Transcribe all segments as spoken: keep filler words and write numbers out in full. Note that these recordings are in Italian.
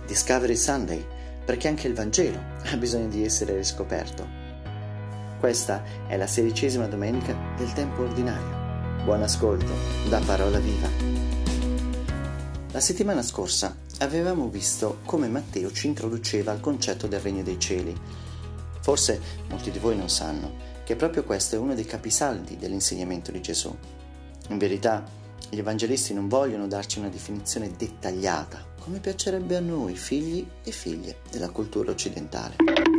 Discovery Sunday, perché anche il Vangelo ha bisogno di essere riscoperto. Questa è la sedicesima domenica del tempo ordinario. Buon ascolto da Parola Viva. La settimana scorsa avevamo visto come Matteo ci introduceva al concetto del Regno dei Cieli. Forse molti di voi non sanno che proprio questo è uno dei capisaldi dell'insegnamento di Gesù. In verità, gli evangelisti non vogliono darci una definizione dettagliata, come piacerebbe a noi, figli e figlie della cultura occidentale.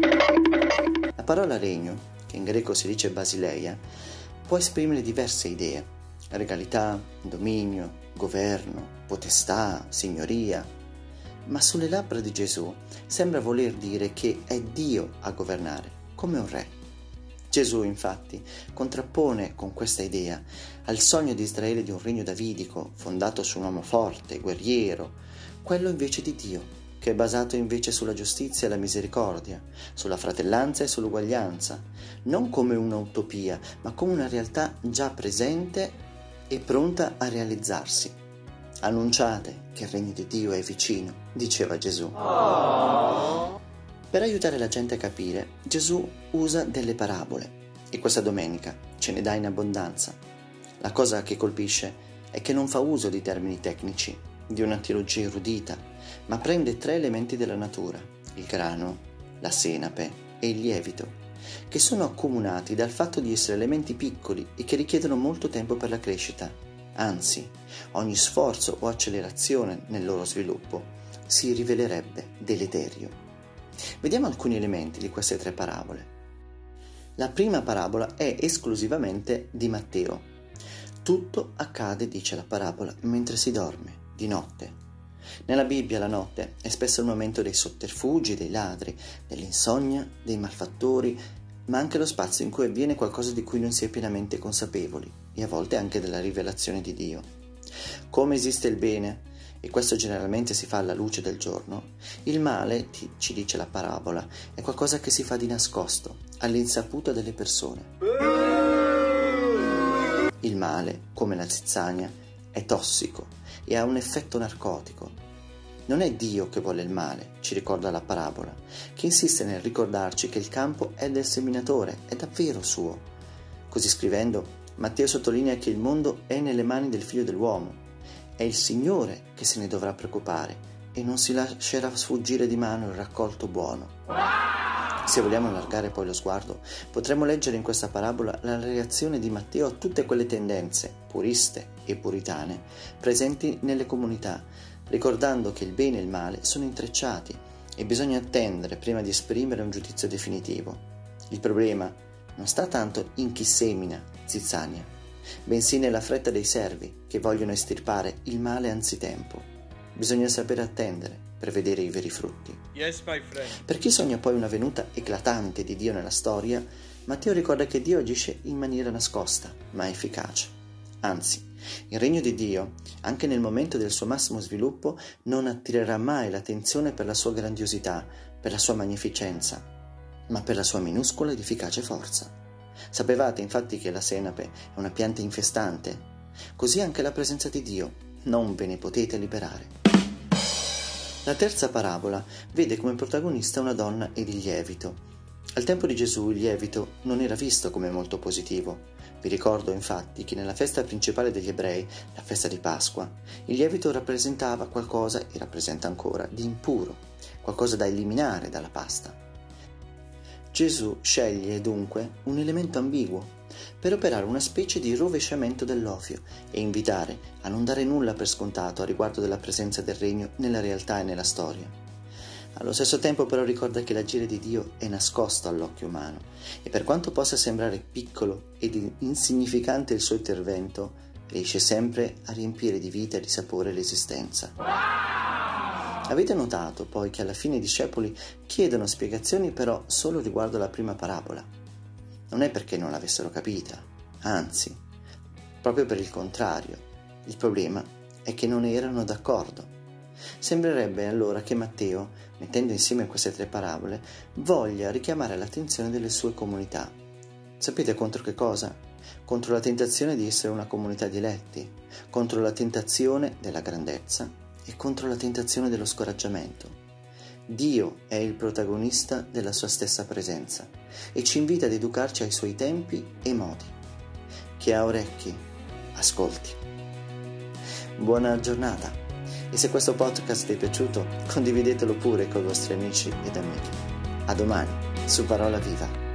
La parola regno, che in greco si dice basileia, può esprimere diverse idee: regalità, dominio, governo, potestà, signoria. Ma sulle labbra di Gesù sembra voler dire che è Dio a governare, come un re. Gesù, infatti, contrappone con questa idea al sogno di Israele di un regno davidico, fondato su un uomo forte, guerriero, quello invece di Dio, che è basato invece sulla giustizia e la misericordia, sulla fratellanza e sull'uguaglianza, non come un'utopia, ma come una realtà già presente e pronta a realizzarsi. Annunciate che il regno di Dio è vicino, diceva Gesù. Oh. Per aiutare la gente a capire, Gesù usa delle parabole e questa domenica ce ne dà in abbondanza. La cosa che colpisce è che non fa uso di termini tecnici, di una teologia erudita, ma prende tre elementi della natura: il grano, la senape e il lievito, che sono accomunati dal fatto di essere elementi piccoli e che richiedono molto tempo per la crescita. Anzi, ogni sforzo o accelerazione nel loro sviluppo si rivelerebbe deleterio. Vediamo alcuni elementi di queste tre parabole. La prima parabola è esclusivamente di Matteo. Tutto accade, dice la parabola, mentre si dorme, di notte. Nella Bibbia la notte è spesso il momento dei sotterfugi, dei ladri, dell'insonnia, dei malfattori, ma anche lo spazio in cui avviene qualcosa di cui non si è pienamente consapevoli, e a volte anche della rivelazione di Dio. Come esiste il bene, e questo generalmente si fa alla luce del giorno, il male, ci dice la parabola, è qualcosa che si fa di nascosto, all'insaputa delle persone. Il male, come la zizzania, è tossico e ha un effetto narcotico. Non è Dio che vuole il male, ci ricorda la parabola, che insiste nel ricordarci che il campo è del seminatore, è davvero suo. Così scrivendo, Matteo sottolinea che il mondo è nelle mani del Figlio dell'uomo. È il Signore che se ne dovrà preoccupare e non si lascerà sfuggire di mano il raccolto buono. Se vogliamo allargare poi lo sguardo, potremmo leggere in questa parabola la reazione di Matteo a tutte quelle tendenze, puriste e puritane, presenti nelle comunità, ricordando che il bene e il male sono intrecciati e bisogna attendere prima di esprimere un giudizio definitivo. Il problema non sta tanto in chi semina zizzania, bensì nella fretta dei servi che vogliono estirpare il male anzitempo. Bisogna sapere attendere per vedere i veri frutti. Yes, my friend. Per chi sogna poi una venuta eclatante di Dio nella storia, Matteo ricorda che Dio agisce in maniera nascosta, ma efficace. Anzi, il regno di Dio, anche nel momento del suo massimo sviluppo, non attirerà mai l'attenzione per la sua grandiosità, per la sua magnificenza, ma per la sua minuscola ed efficace forza. Sapevate infatti che la senape è una pianta infestante? Così anche la presenza di Dio non ve ne potete liberare. La terza parabola vede come protagonista una donna ed il lievito. Al tempo di Gesù il lievito non era visto come molto positivo. Vi ricordo infatti che nella festa principale degli ebrei, la festa di Pasqua, il lievito rappresentava qualcosa, e rappresenta ancora, di impuro, qualcosa da eliminare dalla pasta. Gesù sceglie dunque un elemento ambiguo per operare una specie di rovesciamento dell'ovio e invitare a non dare nulla per scontato a riguardo della presenza del regno nella realtà e nella storia. Allo stesso tempo però ricorda che l'agire di Dio è nascosto all'occhio umano e per quanto possa sembrare piccolo ed insignificante il suo intervento, riesce sempre a riempire di vita e di sapore l'esistenza. Avete notato poi che alla fine i discepoli chiedono spiegazioni però solo riguardo alla prima parabola? Non è perché non l'avessero capita, anzi, proprio per il contrario. Il problema è che non erano d'accordo. Sembrerebbe allora che Matteo, mettendo insieme queste tre parabole, voglia richiamare l'attenzione delle sue comunità. Sapete contro che cosa? Contro la tentazione di essere una comunità di eletti, contro la tentazione della grandezza e contro la tentazione dello scoraggiamento. Dio è il protagonista della sua stessa presenza e ci invita ad educarci ai suoi tempi e modi. Chi ha orecchi, ascolti. Buona giornata e se questo podcast vi è piaciuto, condividetelo pure con i vostri amici ed amiche. A domani su Parola Viva.